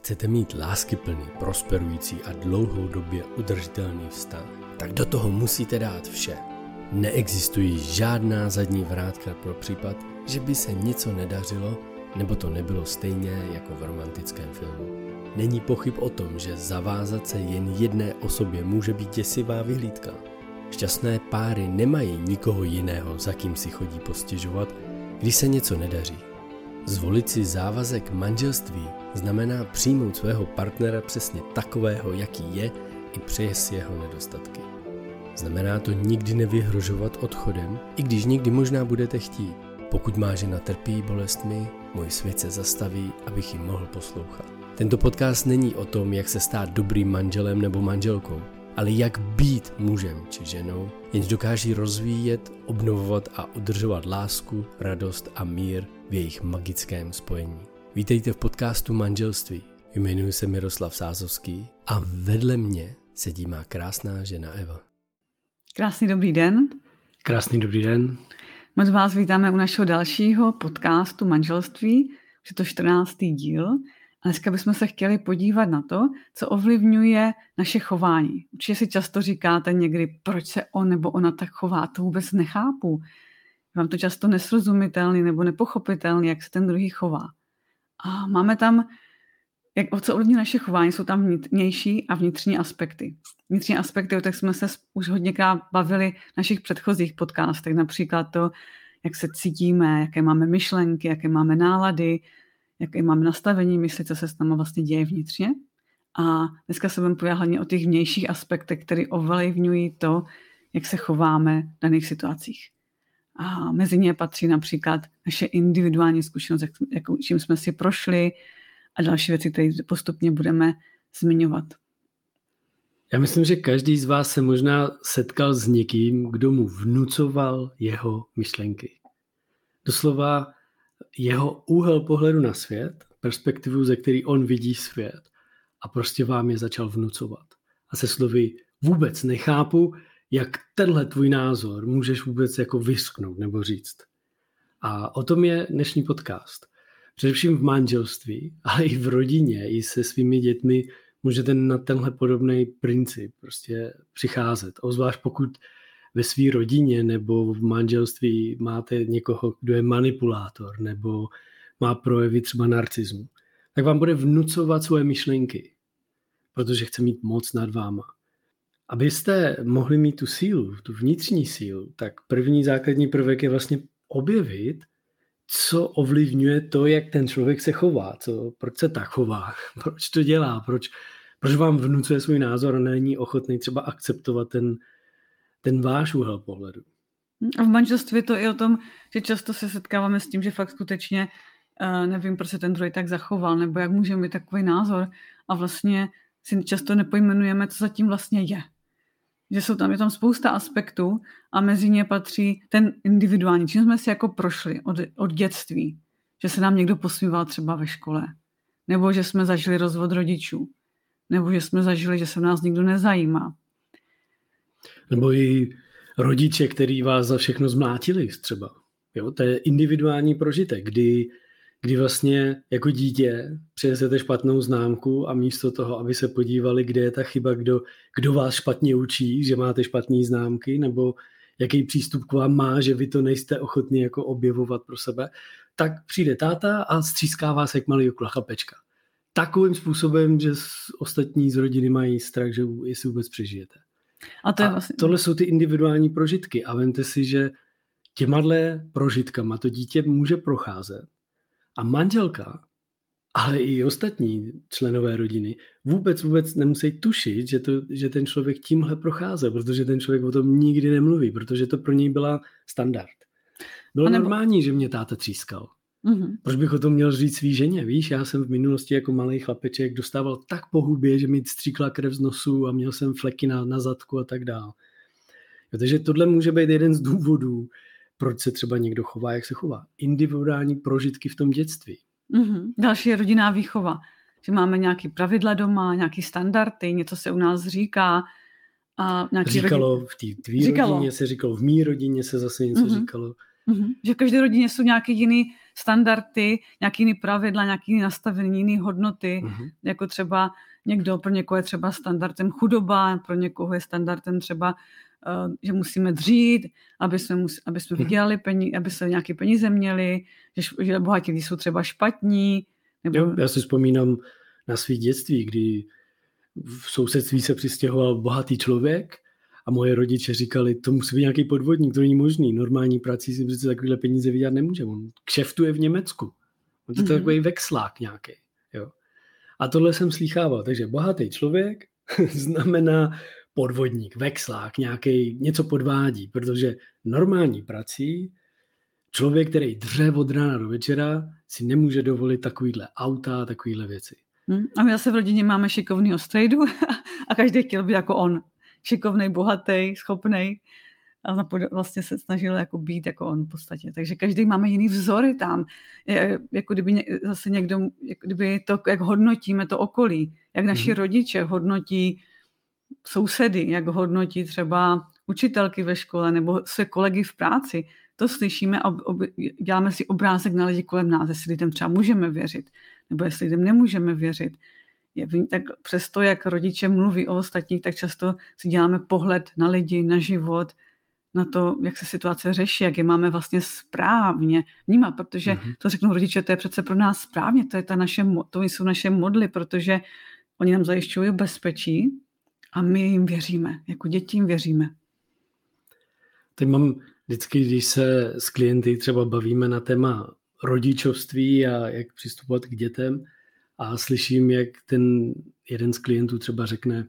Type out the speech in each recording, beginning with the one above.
Chcete mít láskyplný, prosperující a dlouhodobě udržitelný vztah, tak do toho musíte dát vše. Neexistují žádná zadní vrátka pro případ, že by se něco nedařilo, nebo to nebylo stejně jako v romantickém filmu. Není pochyb o tom, že zavázat se jen jedné osobě může být děsivá vyhlídka. Šťastné páry nemají nikoho jiného, za kým si chodí postěžovat, když se něco nedaří. Zvolit si závazek manželství znamená přijmout svého partnera přesně takového, jaký je, i přes jeho nedostatky. Znamená to nikdy nevyhrožovat odchodem, i když někdy možná budete chtít. Pokud má žena trpí bolestmi, můj svět se zastaví, abych ji mohl poslouchat. Tento podcast není o tom, jak se stát dobrým manželem nebo manželkou, ale jak být mužem či ženou, jenž dokáží rozvíjet, obnovovat a udržovat lásku, radost a mír v jejich magickém spojení. Vítejte v podcastu Manželství. Jmenuji se Miroslav Sázovský a vedle mě sedí má krásná žena Eva. Krásný dobrý den. Krásný dobrý den. Moc vás vítáme u našeho dalšího podcastu Manželství, je to 14. díl. A dneska bychom se chtěli podívat na to, co ovlivňuje naše chování. Určitě si často říkáte někdy, proč se on nebo ona tak chová, to vůbec nechápu. Je vám to často nesrozumitelný nebo nepochopitelný, jak se ten druhý chová. A máme tam, co ovlivňuje naše chování, jsou tam vnější a vnitřní aspekty. Vnitřní aspekty, o těch jsme se už hodněkrát bavili v našich předchozích podcastech, například to, jak se cítíme, jaké máme myšlenky, jaké máme nálady, jaké máme nastavení mysli, co se s námi vlastně děje vnitřně. A dneska se budeme povědět hlavně o těch vnějších aspektech, které ovlivňují to, jak se chováme v daných situacích. A mezi ně patří například naše individuální zkušenost, čím jsme si prošli a další věci, které postupně budeme zmiňovat. Já myslím, že každý z vás se možná setkal s někým, kdo mu vnucoval jeho myšlenky. Doslova jeho úhel pohledu na svět, perspektivu, ze který on vidí svět, a prostě vám je začal vnucovat. A se slovy vůbec nechápu, jak tenhle tvůj názor můžeš vůbec jako vysknout nebo říct. A o tom je dnešní podcast. Především v manželství, ale i v rodině, i se svými dětmi můžete na tenhle podobný princip prostě přicházet. Obzvlášť pokud ve své rodině nebo v manželství máte někoho, kdo je manipulátor nebo má projevy třeba narcismu, tak vám bude vnucovat svoje myšlenky, protože chce mít moc nad váma. Abyste mohli mít tu sílu, tu vnitřní sílu, tak první základní prvek je vlastně objevit, co ovlivňuje to, jak ten člověk se chová, proč se tak chová, proč to dělá, proč vám vnucuje svůj názor a není ochotný třeba akceptovat ten váš úhel pohledu. A v manželství to i o tom, že často se setkáváme s tím, že fakt skutečně nevím, proč se ten druhý tak zachoval, nebo jak může mít takový názor a vlastně si často nepojmenujeme, co zatím vlastně je. Že je tam spousta aspektů a mezi ně patří ten individuální, čím jsme si jako prošli od dětství, že se nám někdo posmíval třeba ve škole, nebo že jsme zažili rozvod rodičů, nebo že jsme zažili, že se v nás nikdo nezajímá. Nebo i rodiče, který vás za všechno zmlátili třeba. Jo? To je individuální prožitek, kdy vlastně jako dítě přinesete špatnou známku a místo toho, aby se podívali, kde je ta chyba, kdo vás špatně učí, že máte špatné známky, nebo jaký přístup k vám má, že vy to nejste ochotní jako objevovat pro sebe, tak přijde táta a stříská vás jak malý chlapečka. Takovým způsobem, že ostatní z rodiny mají strach, že jestli vůbec přežijete. A tohle jsou ty individuální prožitky a vemte si, že těmadle prožitkama to dítě může procházet a manželka, ale i ostatní členové rodiny vůbec nemusí tušit, že ten člověk tímhle prochází, protože ten člověk o tom nikdy nemluví, protože to pro něj byla standard. Bylo normální, že mě táta třískal. Mm-hmm. Proč bych o tom měl říct svý ženě? Víš, já jsem v minulosti jako malý chlapeček dostával tak po hubě, že mi stříkla krev z nosu a měl jsem fleky na zadku a tak dál. Takže tohle může být jeden z důvodů, proč se třeba někdo chová, jak se chová. Individuální prožitky v tom dětství. Mm-hmm. Další je rodinná výchova. Že máme nějaké pravidla doma, nějaké standardy, něco se u nás říká. A říkalo v té tvý rodině se říkalo, v mý rodině se zase něco říkalo. Že v každé rodině jsou nějaké jiné standardy, nějaký jiný pravidla, nějaký jiný nastavení, jiný hodnoty, jako třeba pro někoho je třeba standardem chudoba, pro někoho je standardem třeba, že musíme dřít, aby jsme vydělali peníze, aby se nějaké peníze měli, že bohatí lidi jsou třeba špatní. Nebo... Jo, já si vzpomínám na svý dětství, kdy v sousedství se přistěhoval bohatý člověk a moje rodiče říkali, to musí být nějaký podvodník, to není možný. Normální prací si přece takovýhle peníze vydělat nemůže. On kšeftuje v Německu. On to je takový vexlák nějaký. Jo. A tohle jsem slýchával. Takže bohatý člověk znamená podvodník, vexlák, něco podvádí, protože normální prací člověk, který dře od rána do večera, si nemůže dovolit takovýhle auta, takovýhle věci. A my zase v rodině máme šikovnýho strejdu a každý chtěl být jako on. Šikovnej, bohatý, schopnej. A vlastně se snažil jako být jako on v podstatě. Takže každý máme jiný vzory tam. Jako kdyby zase někdo, jako kdyby to, jak hodnotíme to okolí, jak naši rodiče hodnotí sousedy, jak hodnotí třeba učitelky ve škole nebo své kolegy v práci. To slyšíme a děláme si obrázek na lidi kolem nás, jestli lidem třeba můžeme věřit, nebo jestli lidem nemůžeme věřit. Tak přesto, jak rodiče mluví o ostatních, tak často si děláme pohled na lidi, na život, na to, jak se situace řeší, jak je máme vlastně správně vnímat, protože to řeknou rodiče, to je přece pro nás správně, to jsou naše modly, protože oni nám zajišťují bezpečí a my jim věříme, jako děti jim věříme. Teď mám vždycky, když se s klienty třeba bavíme na téma rodičovství a jak přistupovat k dětem a slyším, jak ten jeden z klientů třeba řekne,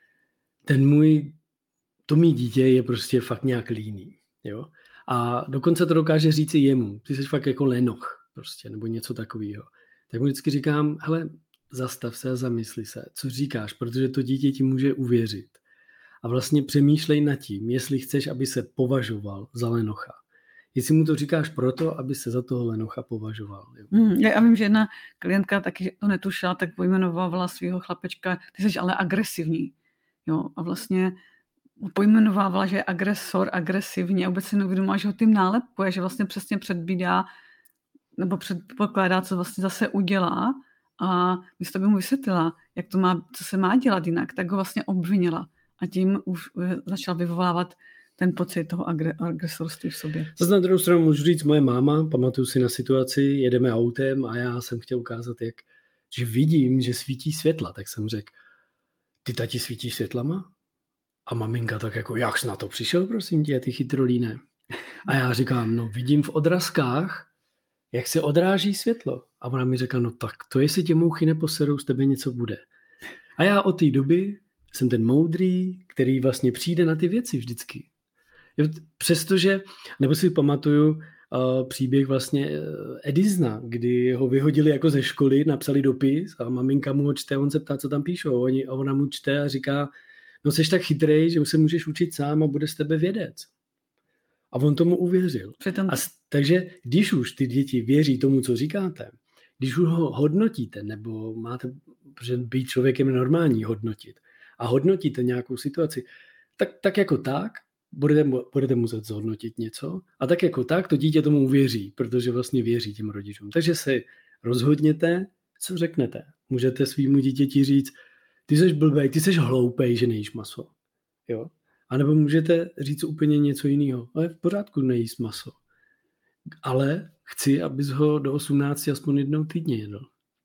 to mý dítě je prostě fakt nějak líný. Jo? A dokonce to dokáže říct i jemu. Ty jsi fakt jako lenoch prostě, nebo něco takového. Tak mu vždycky říkám, hele, zastav se a zamysli se, co říkáš, protože to dítě ti může uvěřit. A vlastně přemýšlej nad tím, jestli chceš, aby se považoval za lenocha. Jestli mu to říkáš proto, aby se za toho lenocha považoval. Já vím, že jedna klientka taky to netušila, tak pojmenovala svého chlapečka, ty jsi ale agresivní. Jo? A vlastně pojmenovávala, že je agresor, agresivní a vůbec si neuvědomila, že ho tím nálepuje, že vlastně přesně předbídá nebo předpokládá, co vlastně zase udělá a místo by mu vysvětlila, co se má dělat jinak, tak ho vlastně obvinila a tím už začal vyvolávat ten pocit toho agresorství v sobě. Zase na druhou stranu můžu říct, moje máma, pamatuju si na situaci, jedeme autem a já jsem chtěl ukázat, že vidím, že svítí světla, tak jsem řekl, ty tati svítíš světlama? A maminka tak jako, jak jsi na to přišel, prosím tě, ty chytrolíne? A já říkám, no vidím v odrazkách, jak se odráží světlo. A ona mi řekla, no tak to jestli tě mouchy neposerou, z tebe něco bude. A já od té doby jsem ten moudrý, který vlastně přijde na ty věci vždycky. Přestože, nebo si pamatuju příběh vlastně Edisona, kdy ho vyhodili jako ze školy, napsali dopis a maminka mu ho čte, on se ptá, co tam píšou. A ona mu čte a říká, no jsi tak chytrej, že se můžeš učit sám a bude z tebe vědec. A on tomu uvěřil. Takže když už ty děti věří tomu, co říkáte, když už ho hodnotíte, nebo máte, protože být člověkem je normální hodnotit, a hodnotíte nějakou situaci, tak jako tak budete muset zhodnotit něco a tak jako tak to dítě tomu uvěří, protože vlastně věří těm rodičům. Takže se rozhodněte, co řeknete. Můžete svýmu dítěti říct, ty jsi blbej, ty jsi hloupej, že nejíš maso. Jo? A nebo můžete říct úplně něco jiného. Ale v pořádku nejíst maso. Ale chci, abys ho do 18 aspoň jednou týdně jedl.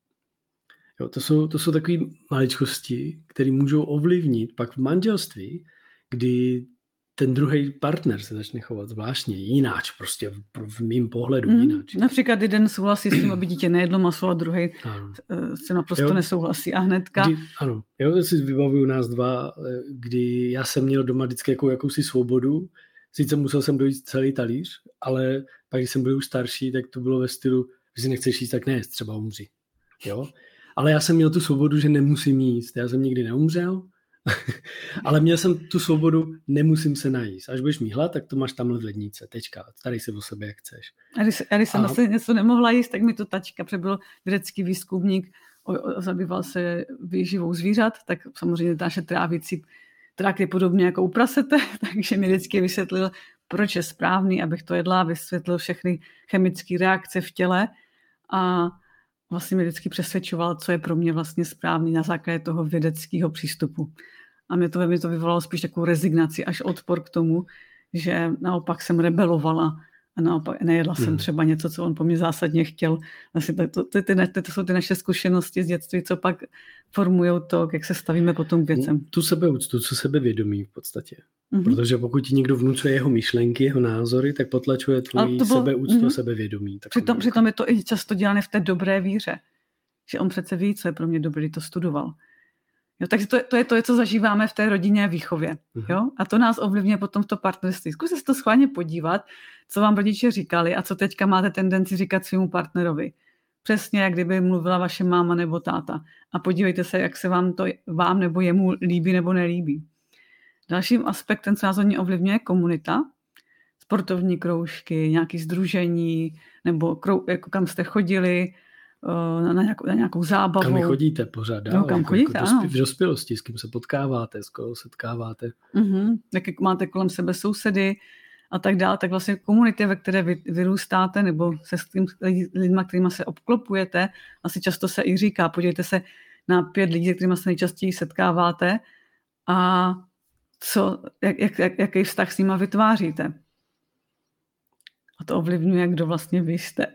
Jo, to jsou takové maličkosti, které můžou ovlivnit pak v manželství, kdy ten druhý partner se začne chovat zvláštně, jináč, prostě v mým pohledu jináč. Například jeden souhlasí s tím, aby dítě nejedlo maso a druhý se naprosto nesouhlasí a hnedka. Ano, já si vybavuju nás dva, kdy já jsem měl doma vždycky jakousi svobodu, sice musel jsem dojít celý talíř, ale pak, když jsem byl už starší, tak to bylo ve stylu, že si nechceš jíst, tak nejíst, třeba umři. Jo? Ale já jsem měl tu svobodu, že nemusím jíst. Já jsem nikdy neumřel, ale měl jsem tu svobodu, nemusím se najíst. Až budeš mít hlad, tak to máš tamhle v lednice. Tečka. Starej se o sebe, jak chceš. A když jsem vlastně něco nemohla jíst, tak mi to tačka přebyl vědecký výzkumník, zabýval se výživou zvířat, tak samozřejmě naše trávicí trakt je podobně jako u prasete, takže mi vždycky vysvětlil, proč je správný, abych to jedla, vysvětlil všechny chemické reakce v těle a vlastně mě vždycky přesvědčoval, co je pro mě vlastně správný na základě toho vědeckého přístupu. A mě to vyvolalo spíš takovou rezignaci, až odpor k tomu, že naopak jsem rebelovala a naopak nejedla jsem třeba něco, co on po mně zásadně chtěl. Vlastně to jsou ty naše zkušenosti z dětství, co pak formují to, jak se stavíme potom k věcem. Tu sebeúctu, co sebevědomí v podstatě. Protože pokud ti někdo vnucuje jeho myšlenky, jeho názory, tak potlačuje tvoji sebeúctu, sebevědomí. Přitom je to i často dělané v té dobré víře. Že on přece ví, co je pro mě dobrý, to studoval. Jo, takže to je to, co zažíváme v té rodinné výchově. Jo? A to nás ovlivňuje potom v to partnerství. Zkuste se to schválně podívat, co vám rodiče říkali a co teďka máte tendenci říkat svému partnerovi. Přesně, jak kdyby mluvila vaše máma nebo táta. A podívejte se, jak se vám nebo jemu líbí nebo nelíbí. Dalším aspektem, co nás hodně ovlivňuje, komunita, sportovní kroužky, nějaké sdružení, nebo jako kam jste chodili, na nějakou zábavu. Kam chodíte pořád dál? Kam chodíte, v dospělosti, s kým se potkáváte, s koho setkáváte. Jak máte kolem sebe sousedy a tak dále, tak vlastně komunity, ve které vyrůstáte, nebo se s lidmi, kterými se obklopujete, asi často se i říká, podívejte se na 5 lidí, kterými se nejčastěji setkáváte a jaký vztah s nimi vytváříte. A to ovlivňuje, kdo vlastně vy jste.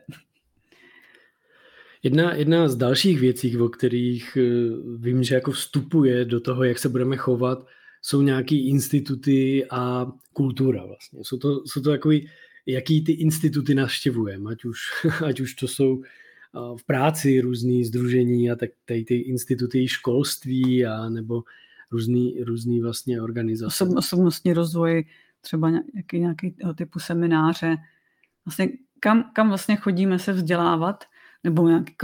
Jedna z dalších věcí, o kterých vím, že jako vstupuje do toho, jak se budeme chovat, jsou nějaký instituty a kultura vlastně. Jsou to takový, jaký ty instituty navštěvujeme, ať už to jsou v práci různý sdružení a tak tady ty instituty školství a nebo různý vlastně organizace. Osobnostní rozvoj, třeba nějaký typu semináře. Vlastně kam vlastně chodíme se vzdělávat, nebo nějaký...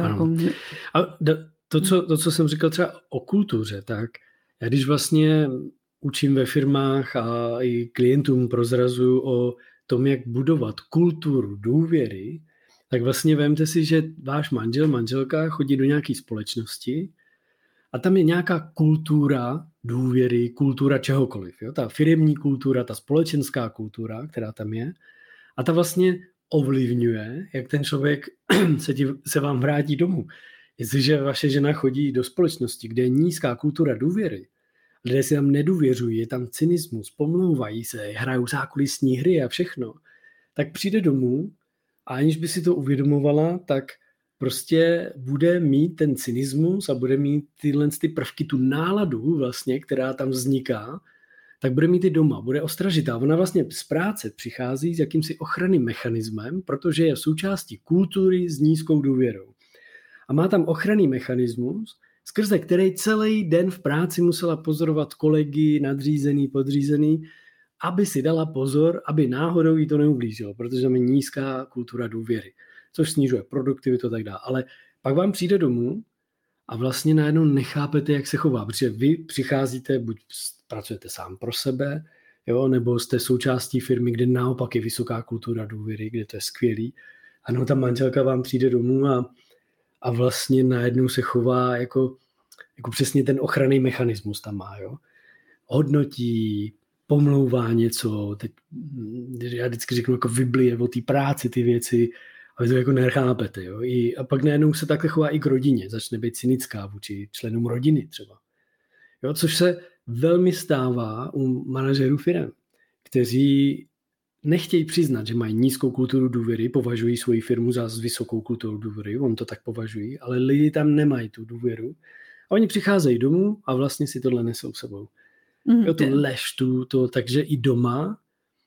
A to, co jsem říkal třeba o kultuře, tak já když vlastně učím ve firmách a i klientům prozrazuju o tom, jak budovat kulturu důvěry, tak vlastně vemte si, že váš manžel, manželka chodí do nějaké společnosti a tam je nějaká kultura důvěry, kultura čehokoliv. Jo? Ta firemní kultura, ta společenská kultura, která tam je, a ta vlastně ovlivňuje, jak ten člověk se vám vrátí domů. Jestliže vaše žena chodí do společnosti, kde je nízká kultura důvěry, lidé si tam nedůvěřují, je tam cynismus, pomlouvají se, hrajou zákulisní hry a všechno, tak přijde domů a aniž by si to uvědomovala, tak prostě bude mít ten cynismus a bude mít ty prvky, tu náladu vlastně, která tam vzniká, tak bude mít i doma, bude ostražitá. Ona vlastně z práce přichází s jakýmsi ochranným mechanismem, protože je v součástí kultury s nízkou důvěrou. A má tam ochranný mechanismus, skrze který celý den v práci musela pozorovat kolegy, nadřízený, podřízený, aby si dala pozor, aby náhodou jí to neublížilo, protože tam je nízká kultura důvěry, což snižuje produktivitu a tak dále. Ale pak vám přijde domů a vlastně najednou nechápete, jak se chová, protože vy přicházíte, buď pracujete sám pro sebe, jo, nebo jste součástí firmy, kde naopak je vysoká kultura důvěry, kde to je skvělý. Ano, ta manželka vám přijde domů a vlastně najednou se chová jako přesně ten ochranný mechanismus tam má. Jo. Hodnotí, pomlouvá něco, teď já vždycky řeknu jako Biblie o té práci, ty věci, a vy to jako nechápete. Jo. A pak najednou se takhle chová i k rodině, začne být cynická vůči členům rodiny třeba. Jo, což se velmi stává u manažerů firem, kteří nechtějí přiznat, že mají nízkou kulturu důvěry, považují svoji firmu za vysokou kulturu důvěry, on to tak považují, ale lidi tam nemají tu důvěru. A oni přicházejí domů a vlastně si tohle nesou sebou. Jo, tu lež, takže i doma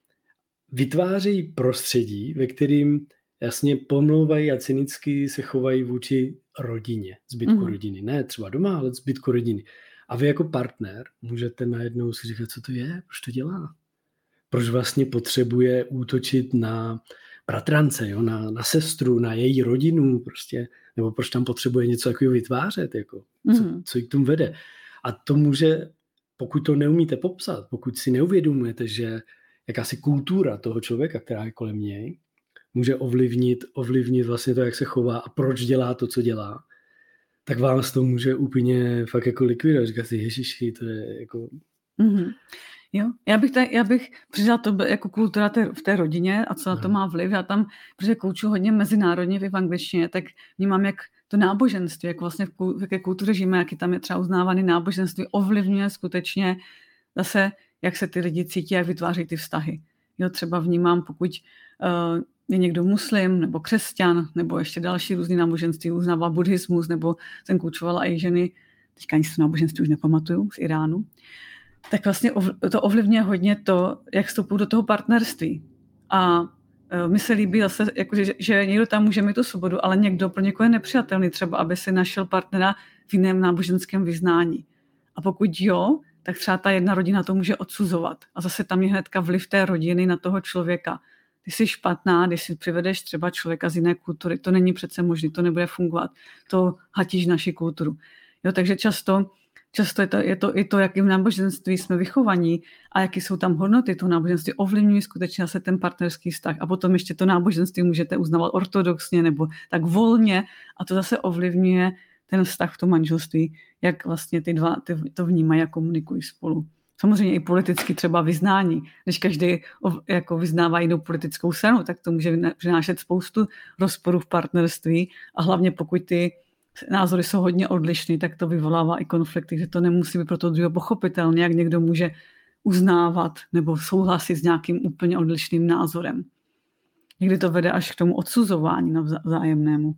vytvářejí prostředí, ve kterým jasně pomlouvají a cynicky se chovají vůči rodině, zbytku rodiny. Ne třeba doma, ale zbytku rodiny. A vy jako partner můžete najednou si říkat, co to je, proč to dělá. Proč vlastně potřebuje útočit na bratrance, jo? Na sestru, na její rodinu, prostě, nebo proč tam potřebuje něco takového vytvářet, jako, co jí k tomu vede. A to může, pokud to neumíte popsat, pokud si neuvědomujete, že jakási kultura toho člověka, která je kolem něj, může ovlivnit vlastně to, jak se chová a proč dělá to, co dělá, tak vás to může úplně fakt jako likvidovat. Říká si, ježiši, to je jako... Jo, já bych přidala to jako kultura v té rodině a co na to má vliv. Já tam, protože kouču hodně mezinárodně v angličtině, tak vnímám, jak to náboženství, jak vlastně v jaké kultuře žijeme, jaký tam je třeba uznávaný náboženství, ovlivňuje skutečně zase, jak se ty lidi cítí, jak vytváří ty vztahy. Jo, třeba vnímám, pokud je někdo muslim nebo křesťan, nebo ještě další různý náboženství, uznává buddhismus, nebo jsem koučovala i ženy, teďka ani si náboženství už nepamatuju, z Iránu, tak vlastně to ovlivňuje hodně to, jak vstupují do toho partnerství. A mi se líbí zase, jako, že někdo tam může mít tu svobodu, ale někdo pro někoho je nepřijatelný, třeba aby si našel partnera v jiném náboženském vyznání. A pokud jo, tak třeba ta jedna rodina to může odsuzovat. A zase tam je hnedka vliv té rodiny na toho člověka. Ty jsi špatná, když si přivedeš třeba člověka z jiné kultury, to není přece možné, to nebude fungovat. To hatíš naši kulturu. Jo, takže často je to i to, jakým v náboženství jsme vychovaní a jaký jsou tam hodnoty toho náboženství, ovlivňují skutečně se ten partnerský vztah. A potom ještě to náboženství můžete uznávat ortodoxně nebo tak volně a to zase ovlivňuje ten vztah v tom manželství, jak vlastně ty dva to vnímají a komunikují spolu. Samozřejmě i politicky třeba vyznání. Když každý jako vyznává jinou politickou stranu, tak to může přinášet spoustu rozporů v partnerství a hlavně pokud ty názory jsou hodně odlišné, tak to vyvolává i konflikty, že to nemusí být pro to druhého pochopitelné, jak někdo může uznávat nebo souhlasit s nějakým úplně odlišným názorem. Někdy to vede až k tomu odsuzování vzájemnému.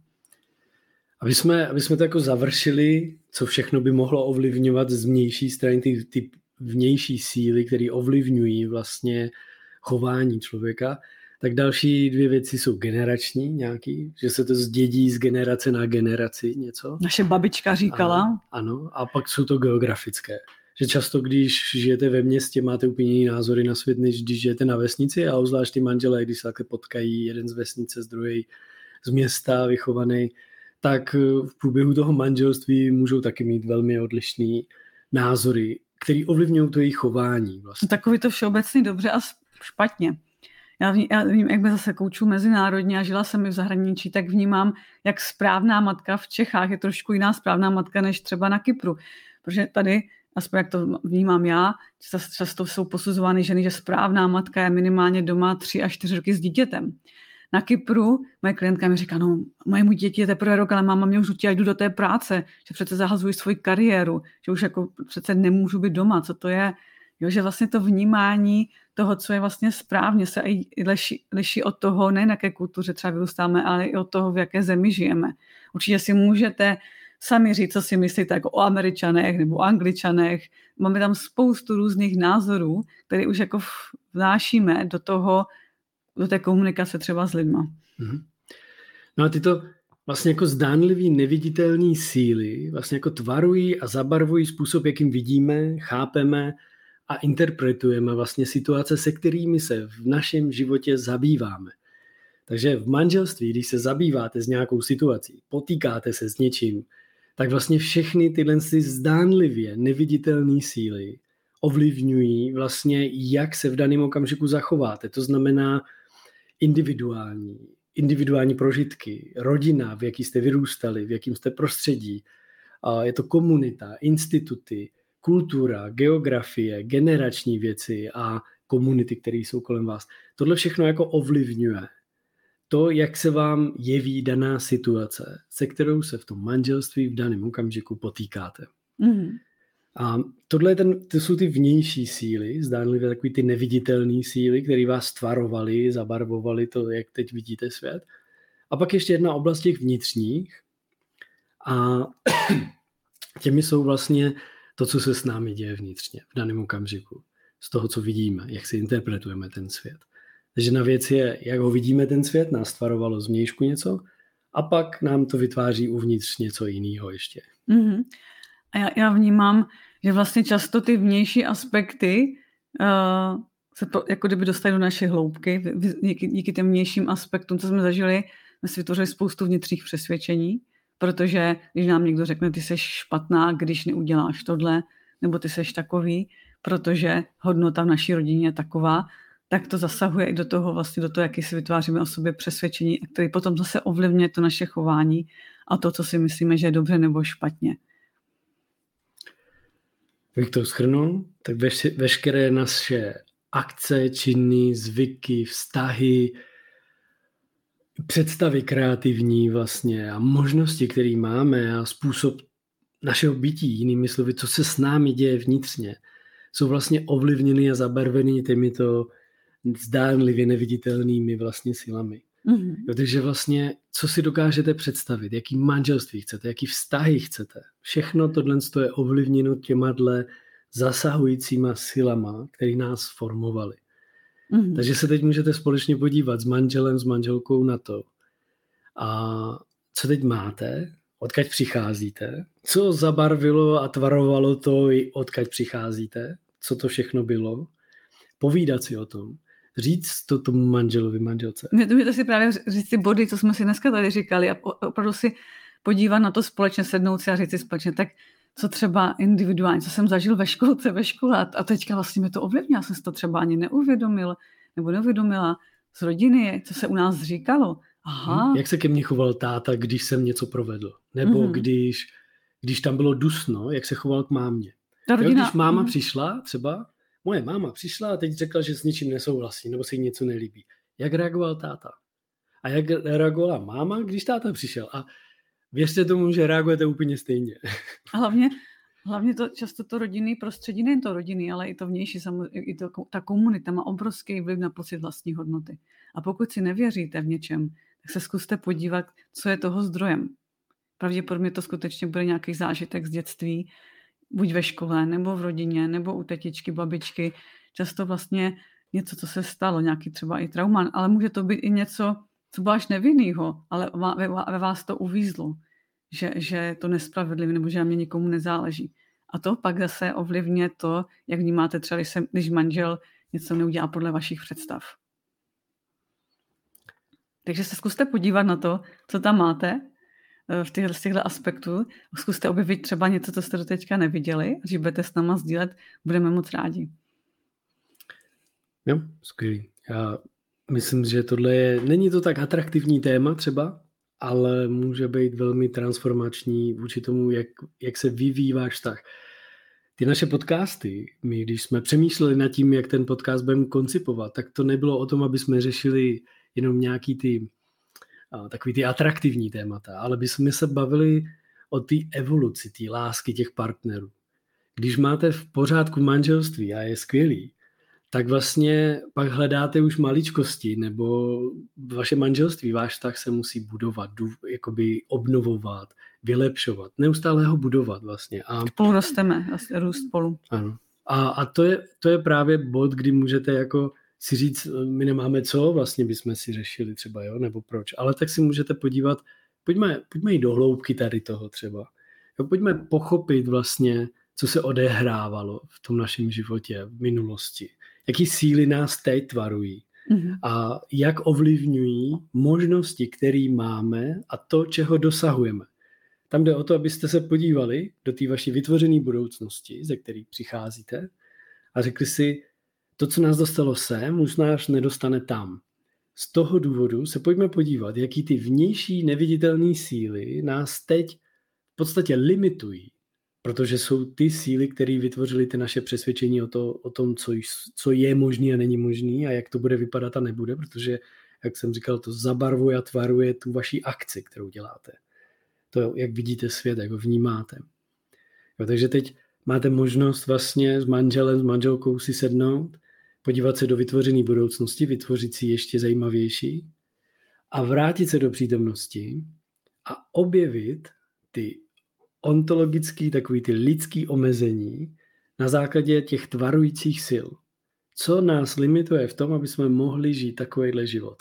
Aby jsme to jako završili, co všechno by mohlo ovlivňovat z vnější strany ty vnější síly, které ovlivňují vlastně chování člověka, tak další dvě věci jsou generační nějaký, že se to zdědí z generace na generaci něco. Naše babička říkala. Ano, a pak jsou to geografické. Že často, když žijete ve městě, máte úplně jiný názory na svět, než když žijete na vesnici a obzvlášť ty manželé, když se takhle potkají jeden z vesnice, z druhé z města vychovaný, tak v průběhu toho manželství můžou taky mít velmi odlišný názory, který ovlivňují to jejich chování. Vlastně. Takový to všeobecný dobře a špatně. Já vím, jak by zase kouču mezinárodně a žila jsem i v zahraničí, tak vnímám, jak správná matka v Čechách je trošku jiná správná matka než třeba na Kypru. Protože tady, aspoň jak to vnímám já, často jsou posuzovány ženy, že správná matka je minimálně doma 3 až 4 roky s dítětem. Na Kypru moje klientka mi říká, no moje děti je teprve rok, ale máma mě už nutí, jdu do té práce, že přece zahazuji svoji kariéru, že už jako přece nemůžu být doma, co to je. Jo, že vlastně to vnímání toho, co je vlastně správně, se i liší od toho, ne na jaké kultuře třeba vyrůstáme, ale i od toho, v jaké zemi žijeme. Určitě si můžete sami říct, co si myslíte jako o Američanech nebo o Angličanech. Máme tam spoustu různých názorů, které už jako vnášíme do té komunikace třeba s lidma. Mm-hmm. No a tyto vlastně jako zdánlivý neviditelné síly vlastně jako tvarují a zabarvují způsob, jakým vidíme, chápeme a interpretujeme vlastně situace, se kterými se v našem životě zabýváme. Takže v manželství, když se zabýváte s nějakou situací, potýkáte se s něčím, tak vlastně všechny tyhle zdánlivě neviditelné síly ovlivňují vlastně, jak se v daném okamžiku zachováte. To znamená individuální prožitky, rodina, v jaký jste vyrůstali, v jakým jste prostředí. Je to komunita, instituty, kultura, geografie, generační věci a komunity, které jsou kolem vás. Tohle všechno jako ovlivňuje to, jak se vám jeví daná situace, se kterou se v tom manželství v daném okamžiku potýkáte. Mm. A tohle to jsou ty vnější síly, zdánlivě takový ty neviditelné síly, které vás tvarovaly, zabarvovaly to, jak teď vidíte svět. A pak ještě jedna oblast těch vnitřních. A těmi jsou vlastně to, co se s námi děje vnitřně v daném okamžiku. Z toho, co vidíme, jak si interpretujeme ten svět. Takže na věc je, jak ho vidíme ten svět, nás tvarovalo zvnějšku něco a pak nám to vytváří uvnitř něco jiného ještě. Mm-hmm. A já vnímám, že vlastně často ty vnější aspekty se jako kdyby dostali do naší hloubky. Díky těm vnějším aspektům, co jsme zažili, jsme si vytvořili spoustu vnitřních přesvědčení, protože když nám někdo řekne, ty seš špatná, když neuděláš tohle, nebo ty seš takový, protože hodnota v naší rodině je taková, tak to zasahuje i do toho, jaký si vytváříme o sobě přesvědčení, který potom zase ovlivňuje to naše chování a to, co si myslíme, že je dobře nebo špatně. Jak to shrnul, tak veškeré naše akce, činy, zvyky, vztahy, představy kreativní vlastně a možnosti, které máme a způsob našeho bytí, jinými slovy, co se s námi děje vnitřně, jsou vlastně ovlivněny a zabarveny těmito zdánlivě neviditelnými vlastně silami. Mm-hmm. Takže vlastně, co si dokážete představit, jaký manželství chcete, jaký vztahy chcete, všechno tohle je ovlivněno těmadle zasahujícíma silama, které nás formovaly. Mm-hmm. Takže se teď můžete společně podívat s manželem, s manželkou na to, a co teď máte, odkud přicházíte, co zabarvilo a tvarovalo to, odkud přicházíte, co to všechno bylo, povídat si o tom, říct to tomu manželovi, manželce. Můžete si právě říct ty body, co jsme si dneska tady říkali, a opravdu si podívat na to společně, sednout si a říct si společně, tak co třeba individuálně, co jsem zažil ve škole a teďka vlastně mě to ovlivnilo, já jsem si to třeba ani neuvědomil nebo neuvědomila z rodiny, co se u nás říkalo. Aha. Jak se ke mně choval táta, když jsem něco provedl? Nebo když tam bylo dusno, jak se choval k mámě? Když máma přišla, třeba moje máma přišla a teď řekla, že s ničím nesouhlasí, nebo se jí něco nelíbí. Jak reagoval táta? A jak reagovala máma, když táta přišel? A věřte tomu, že reagujete úplně stejně. A hlavně to často to rodinný prostředí, nejen to rodiny, ale i to vnější, i ta komunita má obrovský vliv na pocit vlastní hodnoty. A pokud si nevěříte v něčem, tak se zkuste podívat, co je toho zdrojem. Pravděpodobně to skutečně bude nějaký zážitek z dětství, buď ve škole, nebo v rodině, nebo u tetičky, babičky. Často vlastně něco, co se stalo, nějaký třeba i trauma, ale může to být i něco, co bylo až nevinnýho, ale ve vás to uvízlo, že je to nespravedlivé, nebo že na mě nikomu nezáleží. A to pak zase ovlivňuje to, jak vnímáte třeba, když manžel něco neudělá podle vašich představ. Takže se zkuste podívat na to, co tam máte z těchto aspektů. Zkuste objevit třeba něco, co jste do teďka neviděli, a když budete s náma sdílet, budeme moc rádi. Jo, skvělý. Já myslím, že tohle není to tak atraktivní téma třeba, ale může být velmi transformační vůči tomu, jak se vyvíjí váš vztah. Ty naše podcasty, my když jsme přemýšleli nad tím, jak ten podcast budeme koncipovat, tak to nebylo o tom, aby jsme řešili jenom nějaký takový ty atraktivní témata, ale bychom se bavili o té evoluci, té lásky těch partnerů. Když máte v pořádku manželství a je skvělý, tak vlastně pak hledáte už maličkosti, nebo vaše manželství, váš vztah se musí budovat, jakoby obnovovat, vylepšovat, neustále ho budovat vlastně. Spolu rosteme, vlastně růst spolu. Ano. A to je právě bod, kdy můžete jako si říct, my nemáme co, vlastně bychom si řešili třeba, jo, nebo proč. Ale tak si můžete podívat, pojďme jít do hloubky tady toho třeba. Jo, pojďme pochopit vlastně, co se odehrávalo v tom našem životě v minulosti. Jaký síly nás teď tvarují a jak ovlivňují možnosti, které máme a to, čeho dosahujeme. Tam jde o to, abyste se podívali do té vaší vytvořené budoucnosti, ze které přicházíte a řekli si, to, co nás dostalo sem, už nás nedostane tam. Z toho důvodu se pojďme podívat, jaký ty vnější neviditelné síly nás teď v podstatě limitují, protože jsou ty síly, které vytvořily ty naše přesvědčení o tom, co je možný a není možný a jak to bude vypadat a nebude, protože, jak jsem říkal, to zabarvuje a tvaruje tu vaši akci, kterou děláte. To, jak vidíte svět, jak ho vnímáte. Jo, takže teď máte možnost vlastně s manželem, s manželkou si sednout, podívat se do vytvořené budoucnosti, vytvořit si ještě zajímavější a vrátit se do přítomnosti a objevit ty ontologický, takový ty lidský omezení na základě těch tvarujících sil. Co nás limituje v tom, aby jsme mohli žít takovýhle život,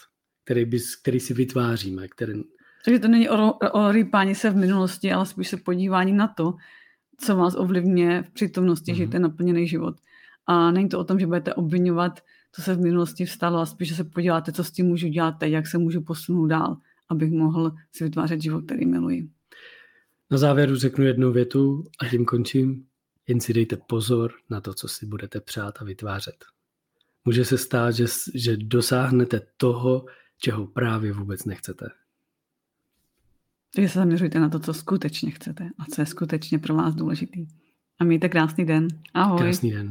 který si vytváříme. Takže to není o rýpání se v minulosti, ale spíš se podívání na to, co vás ovlivňuje v přítomnosti, žijete naplněný život. A není to o tom, že budete obvinovat, co se v minulosti vstalo, a spíš se podíváte, co s tím můžu dělat teď, jak se můžu posunout dál, abych mohl si vytvářet život, který miluji. Na závěru řeknu jednu větu a tím končím. Jen si dejte pozor na to, co si budete přát a vytvářet. Může se stát, že dosáhnete toho, čeho právě vůbec nechcete. Takže se zaměřujte na to, co skutečně chcete a co je skutečně pro vás důležitý. A mějte krásný den. Ahoj. Krásný den.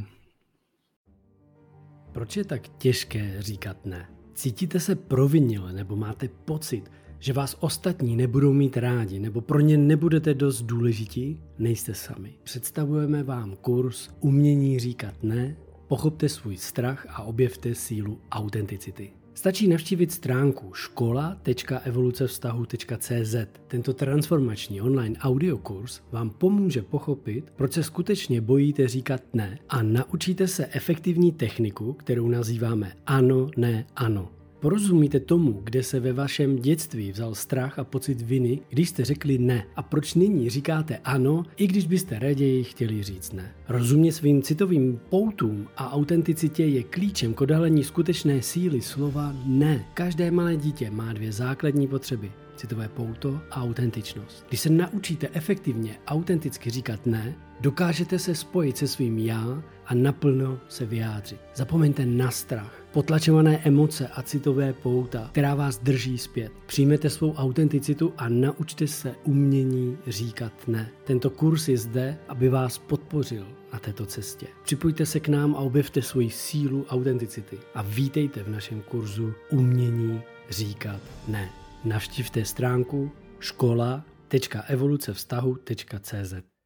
Proč je tak těžké říkat ne? Cítíte se provinile nebo máte pocit, že vás ostatní nebudou mít rádi nebo pro ně nebudete dost důležití? Nejste sami. Představujeme vám kurz Umění říkat ne, pochopte svůj strach a objevte sílu autenticity. Stačí navštívit stránku škola.evolucevztahu.cz. Tento transformační online audiokurs vám pomůže pochopit, proč se skutečně bojíte říkat ne a naučíte se efektivní techniku, kterou nazýváme ano, ne, ano. Porozumíte tomu, kde se ve vašem dětství vzal strach a pocit viny, když jste řekli ne a proč nyní říkáte ano, i když byste raději chtěli říct ne. Rozumět svým citovým poutům a autenticitě je klíčem k odhalení skutečné síly slova ne. Každé malé dítě má 2 základní potřeby. Citové pouto a autentičnost. Když se naučíte efektivně autenticky říkat ne, dokážete se spojit se svým já a naplno se vyjádřit. Zapomeňte na strach, potlačované emoce a citové pouta, která vás drží zpět. Přijměte svou autenticitu a naučte se umění říkat ne. Tento kurz je zde, aby vás podpořil na této cestě. Připojte se k nám a objevte svoji sílu autenticity. A vítejte v našem kurzu Umění říkat ne. Navštivte stránku škola.evolucevztahu.cz.